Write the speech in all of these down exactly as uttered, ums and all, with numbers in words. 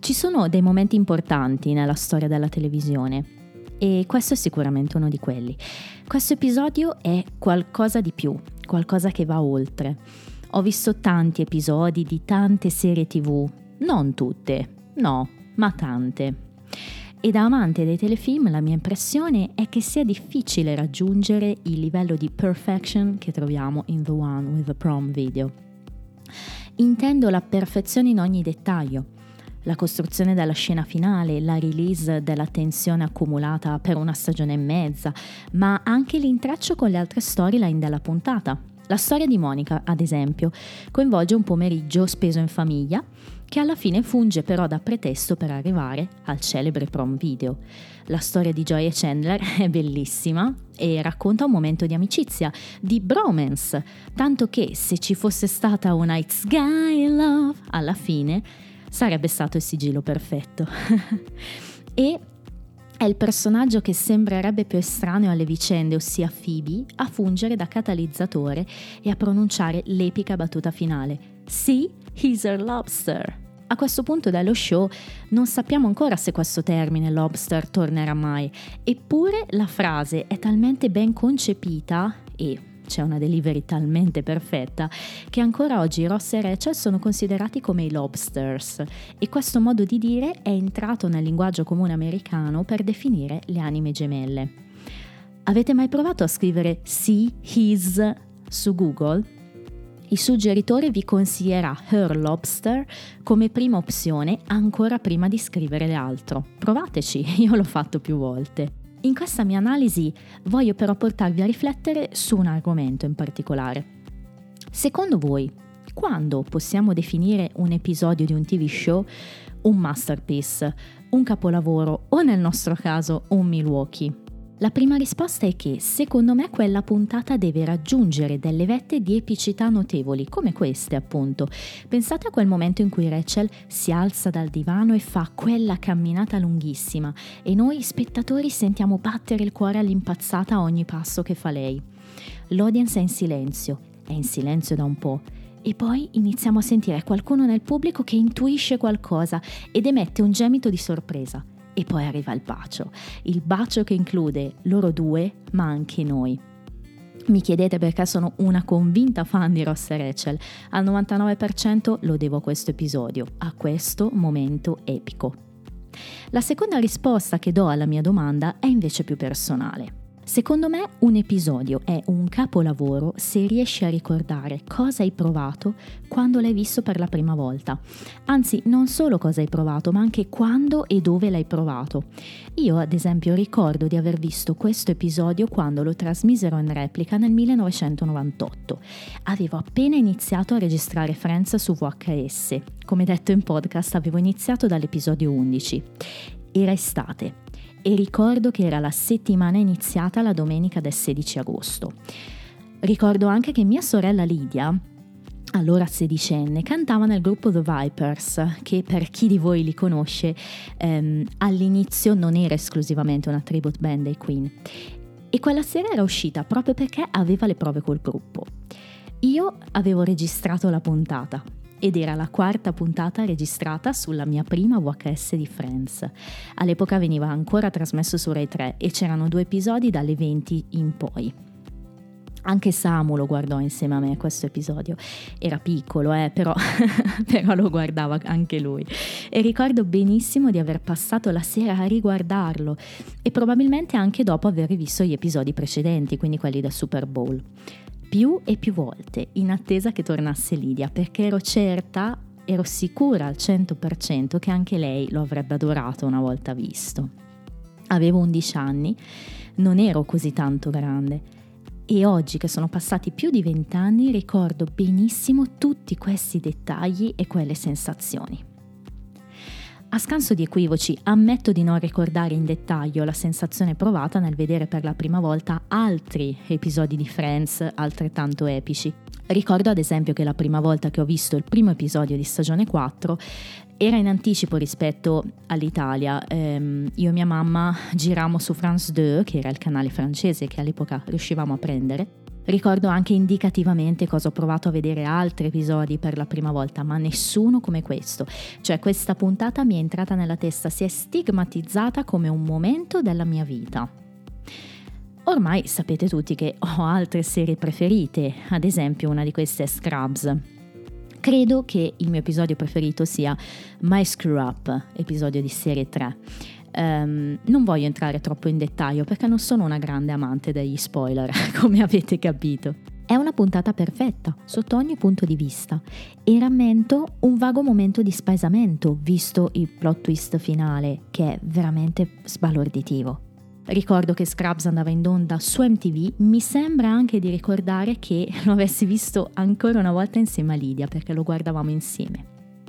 Ci sono dei momenti importanti nella storia della televisione e questo è sicuramente uno di quelli. Questo episodio è qualcosa di più, qualcosa che va oltre. Ho visto tanti episodi di tante serie tivù, non tutte, no, ma tante. E da amante dei telefilm la mia impressione è che sia difficile raggiungere il livello di perfection che troviamo in The One with the Prom Video. Intendo la perfezione in ogni dettaglio. La costruzione della scena finale, la release della tensione accumulata per una stagione e mezza, ma anche l'intreccio con le altre storyline della puntata. La storia di Monica, ad esempio, coinvolge un pomeriggio speso in famiglia, che alla fine funge però da pretesto per arrivare al celebre prom video. La storia di Joy e Chandler è bellissima e racconta un momento di amicizia, di bromance, tanto che se ci fosse stata una It's Guy Love alla fine, sarebbe stato il sigillo perfetto. E è il personaggio che sembrerebbe più estraneo alle vicende, ossia Phoebe, a fungere da catalizzatore e a pronunciare l'epica battuta finale. See, he's a lobster. A questo punto dello show non sappiamo ancora se questo termine lobster tornerà mai, eppure la frase è talmente ben concepita e c'è una delivery talmente perfetta che ancora oggi Ross e Rachel sono considerati come i lobsters e questo modo di dire è entrato nel linguaggio comune americano per definire le anime gemelle. Avete mai provato a scrivere see, his su Google? Il suggeritore vi consiglierà her lobster come prima opzione ancora prima di scrivere l'altro. Provateci, io l'ho fatto più volte. In questa mia analisi voglio però portarvi a riflettere su un argomento in particolare. Secondo voi, quando possiamo definire un episodio di un ti vu show un masterpiece, un capolavoro o nel nostro caso un Milwaukee? La prima risposta è che, secondo me, quella puntata deve raggiungere delle vette di epicità notevoli, come queste appunto. Pensate a quel momento in cui Rachel si alza dal divano e fa quella camminata lunghissima e noi spettatori sentiamo battere il cuore all'impazzata a ogni passo che fa lei. L'audience è in silenzio, è in silenzio da un po'. E poi iniziamo a sentire qualcuno nel pubblico che intuisce qualcosa ed emette un gemito di sorpresa. E poi arriva il bacio, il bacio che include loro due, ma anche noi. Mi chiedete perché sono una convinta fan di Ross e Rachel? Al novantanove per cento lo devo a questo episodio, a questo momento epico. La seconda risposta che do alla mia domanda è invece più personale. Secondo me un episodio è un capolavoro se riesci a ricordare cosa hai provato quando l'hai visto per la prima volta. Anzi, non solo cosa hai provato, ma anche quando e dove l'hai provato. Io, ad esempio, ricordo di aver visto questo episodio quando lo trasmisero in replica nel millenovecentonovantotto. Avevo appena iniziato a registrare Friends su vu acca esse. Come detto in podcast, avevo iniziato dall'episodio undici. Era estate. E ricordo che era la settimana iniziata la domenica del sedici agosto. Ricordo anche che mia sorella Lidia, allora sedicenne, cantava nel gruppo The Vipers, che per chi di voi li conosce, ehm, all'inizio non era esclusivamente una tribute band dei Queen. E quella sera era uscita proprio perché aveva le prove col gruppo. Io avevo registrato la puntata. Ed era la quarta puntata registrata sulla mia prima vu acca esse di Friends. All'epoca veniva ancora trasmesso su Rai tre e c'erano due episodi dalle venti in poi. Anche Samu lo guardò insieme a me questo episodio. Era piccolo, eh, però, però lo guardava anche lui. E ricordo benissimo di aver passato la sera a riguardarlo e probabilmente anche dopo aver rivisto gli episodi precedenti, quindi quelli del Super Bowl. Più e più volte, in attesa che tornasse Lidia, perché ero certa, ero sicura al cento per cento che anche lei lo avrebbe adorato una volta visto. Avevo undici anni, non ero così tanto grande e oggi che sono passati più di venti anni ricordo benissimo tutti questi dettagli e quelle sensazioni. A scanso di equivoci, ammetto di non ricordare in dettaglio la sensazione provata nel vedere per la prima volta altri episodi di Friends altrettanto epici. Ricordo ad esempio che la prima volta che ho visto il primo episodio di stagione quattro era in anticipo rispetto all'Italia. Ehm, io e mia mamma girammo su France due, che era il canale francese che all'epoca riuscivamo a prendere, Ricordo anche indicativamente cosa ho provato a vedere altri episodi per la prima volta, ma nessuno come questo. Cioè questa puntata mi è entrata nella testa, si è stigmatizzata come un momento della mia vita. Ormai sapete tutti che ho altre serie preferite, ad esempio una di queste è Scrubs. Credo che il mio episodio preferito sia My Screw Up, episodio di serie tre. Um, non voglio entrare troppo in dettaglio perché non sono una grande amante degli spoiler, come avete capito. È una puntata perfetta sotto ogni punto di vista e rammento un vago momento di spaesamento visto il plot twist finale che è veramente sbalorditivo. Ricordo che Scrubs andava in onda su M T V, mi sembra anche di ricordare che lo avessi visto ancora una volta insieme a Lidia perché lo guardavamo insieme.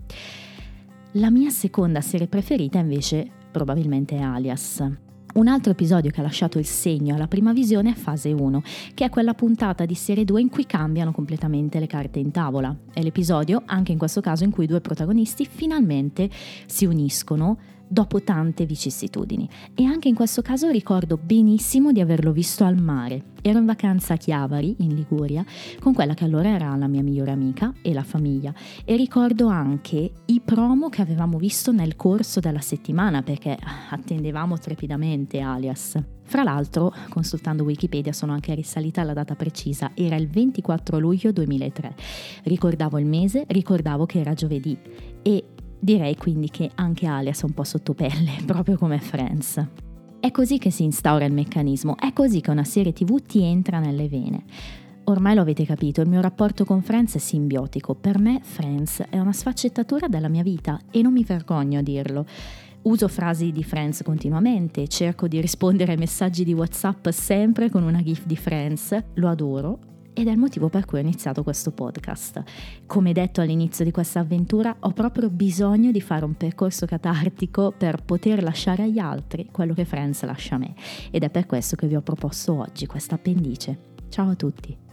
La mia seconda serie preferita invece probabilmente è Alias. Un altro episodio che ha lasciato il segno alla prima visione è Fase uno, che è quella puntata di serie due in cui cambiano completamente le carte in tavola. È l'episodio, anche in questo caso, in cui i due protagonisti finalmente si uniscono dopo tante vicissitudini. E anche in questo caso ricordo benissimo di averlo visto al mare. Ero in vacanza a Chiavari, in Liguria, con quella che allora era la mia migliore amica e la famiglia. E ricordo anche i promo che avevamo visto nel corso della settimana, perché attendevamo trepidamente Alias. Fra l'altro, consultando Wikipedia, sono anche risalita alla data precisa, era il ventiquattro luglio duemilatré. Ricordavo il mese, ricordavo che era giovedì e direi quindi che anche Alias è un po' sottopelle, proprio come Friends. È così che si instaura il meccanismo, è così che una serie tivù ti entra nelle vene. Ormai lo avete capito, il mio rapporto con Friends è simbiotico. Per me Friends è una sfaccettatura della mia vita e non mi vergogno a dirlo. Uso frasi di Friends continuamente, cerco di rispondere ai messaggi di WhatsApp sempre con una gif di Friends, lo adoro. Ed è il motivo per cui ho iniziato questo podcast. Come detto all'inizio di questa avventura, ho proprio bisogno di fare un percorso catartico per poter lasciare agli altri quello che Friends lascia a me. Ed è per questo che vi ho proposto oggi questa appendice. Ciao a tutti!